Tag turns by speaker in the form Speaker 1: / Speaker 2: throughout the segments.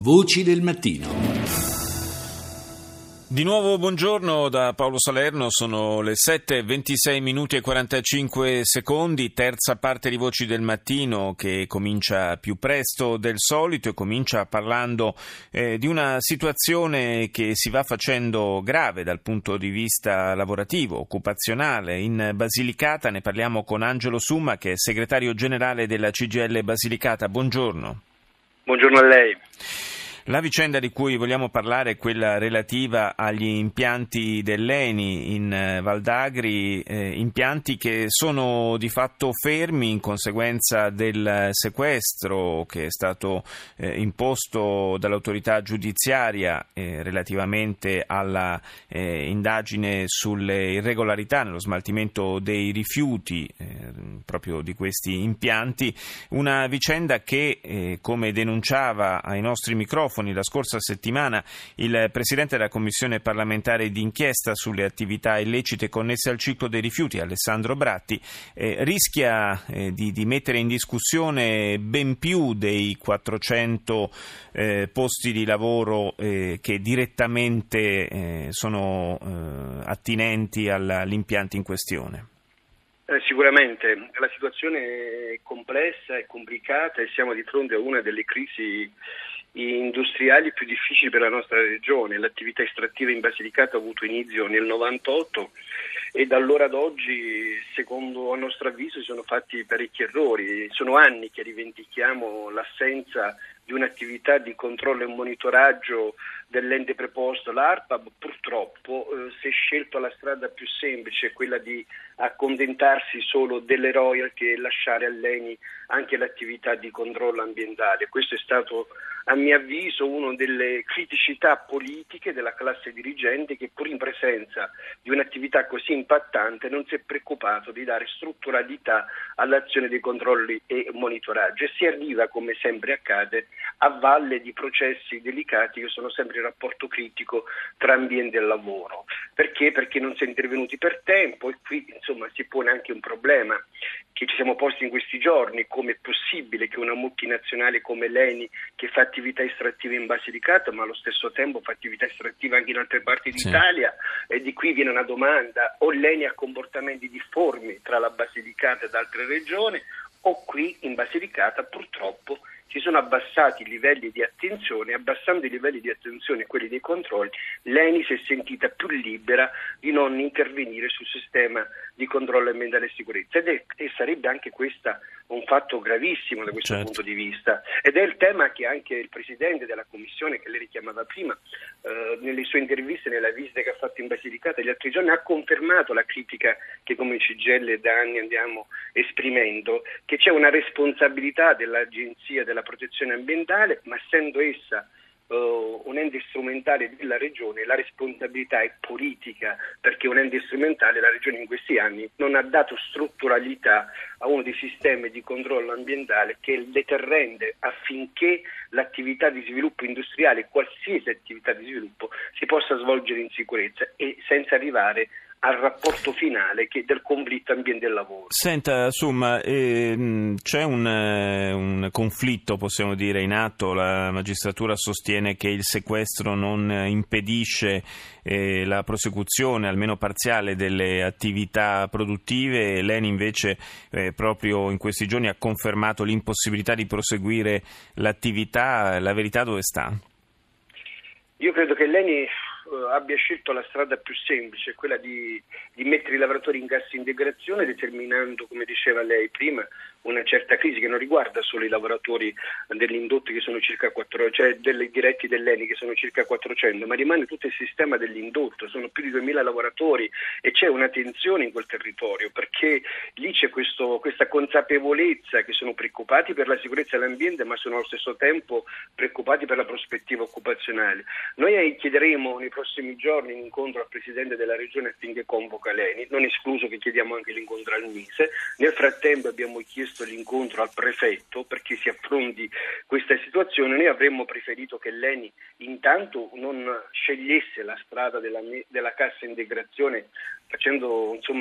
Speaker 1: Voci del mattino.
Speaker 2: Di nuovo buongiorno da Paolo Salerno, sono le 7:26 minuti e 45 secondi, terza parte di Voci del Mattino che comincia più presto del solito e comincia parlando di una situazione che si va facendo grave dal punto di vista lavorativo, occupazionale. In Basilicata ne parliamo con Angelo Summa, che è segretario generale della CGIL Basilicata. Buongiorno.
Speaker 3: Buongiorno a lei.
Speaker 2: La vicenda di cui vogliamo parlare è quella relativa agli impianti dell'ENI in Val d'Agri, impianti che sono di fatto fermi in conseguenza del sequestro che è stato imposto dall'autorità giudiziaria relativamente alla indagine sulle irregolarità nello smaltimento dei rifiuti proprio di questi impianti. Una vicenda che, come denunciava ai nostri microfoni la scorsa settimana il Presidente della Commissione parlamentare d'inchiesta sulle attività illecite connesse al ciclo dei rifiuti, Alessandro Bratti, rischia di mettere in discussione ben più dei 400 posti di lavoro che direttamente sono attinenti agli impianti in questione.
Speaker 3: Sicuramente la situazione è complessa e complicata e siamo di fronte a una delle crisi industriali più difficili per la nostra regione. L'attività estrattiva in Basilicata ha avuto inizio nel 98 e da allora ad oggi, secondo a nostro avviso, si sono fatti parecchi errori. Sono anni che rivendichiamo l'assenza di un'attività di controllo e monitoraggio dell'ente preposto, l'ARPAB. Purtroppo si è scelto la strada più semplice, quella di accontentarsi solo delle royalty e lasciare all'ENI anche l'attività di controllo ambientale. Questo è stato, a mio avviso, una delle criticità politiche della classe dirigente, che pur in presenza di un'attività così impattante non si è preoccupato di dare strutturalità all'azione dei controlli e monitoraggio, e si arriva, come sempre accade, a valle di processi delicati che sono sempre in rapporto critico tra ambiente e lavoro. Perché? Perché non si è intervenuti per tempo, e qui si pone anche un problema che ci siamo posti in questi giorni: come è possibile che una multinazionale come l'ENI, che fa attività estrattive in Basilicata ma allo stesso tempo fa attività estrattiva anche in altre parti d'Italia, e di qui viene una domanda: o l'ENI ha comportamenti difformi tra la Basilicata ed altre regioni, o qui in Basilicata purtroppo si sono abbassati i livelli di attenzione. Abbassando i livelli di attenzione e quelli dei controlli, l'ENI si è sentita più libera di non intervenire sul sistema di controllo ambientale e sicurezza, e sarebbe anche questa un fatto gravissimo da questo punto di vista, ed è il tema che anche il Presidente della Commissione, che lei richiamava prima, nelle sue interviste, nella visita che ha fatto in Basilicata gli altri giorni, ha confermato la critica che come CGIL da anni andiamo esprimendo, che c'è una responsabilità dell'Agenzia della Protezione Ambientale, ma essendo essa un ente strumentale della Regione, la responsabilità è politica, perché un ente strumentale, la Regione in questi anni non ha dato strutturalità a uno dei sistemi di controllo ambientale che è il deterrente affinché l'attività di sviluppo industriale, qualsiasi attività di sviluppo, si possa svolgere in sicurezza e senza arrivare al rapporto finale che è del conflitto ambiente e lavoro.
Speaker 2: Senta, Summa, c'è un conflitto, possiamo dire, in atto. La magistratura sostiene che il sequestro non impedisce la prosecuzione, almeno parziale, delle attività produttive. L'ENI invece proprio in questi giorni ha confermato l'impossibilità di proseguire l'attività. La verità dove sta?
Speaker 3: Io credo che l'ENI abbia scelto la strada più semplice, quella di mettere i lavoratori in cassa integrazione, determinando, come diceva lei prima, una certa crisi che non riguarda solo i lavoratori dell'indotto, che sono circa 400, cioè dei diretti dell'ENI, che sono circa 400, ma rimane tutto il sistema dell'indotto. Sono più di 2000 lavoratori e c'è una tensione in quel territorio, perché lì c'è questa consapevolezza che sono preoccupati per la sicurezza dell'ambiente, ma sono allo stesso tempo preoccupati per la prospettiva occupazionale. Noi chiederemo nei prossimi giorni un incontro al Presidente della Regione affinché convoca l'ENI, non escluso che chiediamo anche l'incontro al Mise. Nel frattempo abbiamo chiesto l'incontro al prefetto perché si affronti questa situazione. Noi avremmo preferito che l'ENI intanto non scegliesse la strada della cassa integrazione, facendo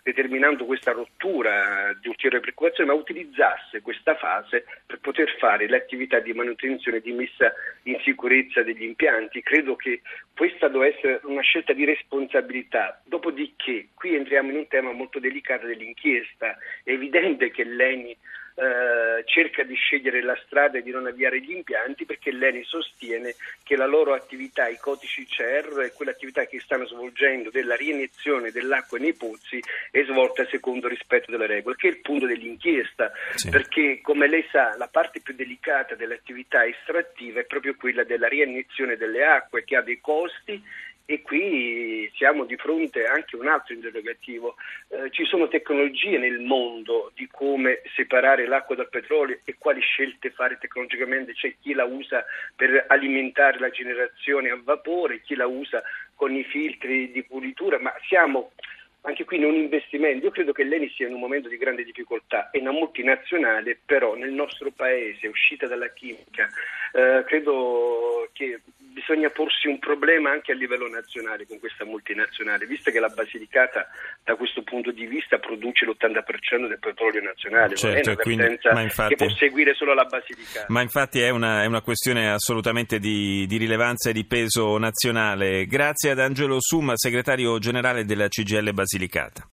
Speaker 3: determinando questa rottura di ulteriore preoccupazione, ma utilizzasse questa fase per poter fare le attività di manutenzione e di messa in sicurezza degli impianti. Credo che questa deve essere una scelta di responsabilità. Dopodiché qui entriamo in un tema molto delicato dell'inchiesta. È evidente che l'ENI cerca di scegliere la strada e di non avviare gli impianti, perché l'ENI sostiene che la loro attività, i codici CER e quell'attività che stanno svolgendo della reiniezione dell'acqua nei pozzi è svolta secondo il rispetto delle regole, che è il punto dell'inchiesta, sì. Perché come lei sa la parte più delicata dell'attività estrattiva è proprio quella della reiniezione delle acque, che ha dei costi. E qui siamo di fronte anche a un altro interrogativo. Ci sono tecnologie nel mondo di come separare l'acqua dal petrolio e quali scelte fare tecnologicamente. C'è chi la usa per alimentare la generazione a vapore, chi la usa con i filtri di pulitura, ma siamo anche qui in un investimento. Io credo che l'ENI sia in un momento di grande difficoltà, è una multinazionale, però nel nostro paese, uscita dalla chimica, credo che bisogna porsi un problema anche a livello nazionale con questa multinazionale, visto che la Basilicata da questo punto di vista produce l'80% del petrolio nazionale,
Speaker 2: certo,
Speaker 3: non è una vertenza che può seguire solo la Basilicata.
Speaker 2: Ma infatti è una questione assolutamente di rilevanza e di peso nazionale. Grazie ad Angelo Summa, segretario generale della CGIL Basilicata.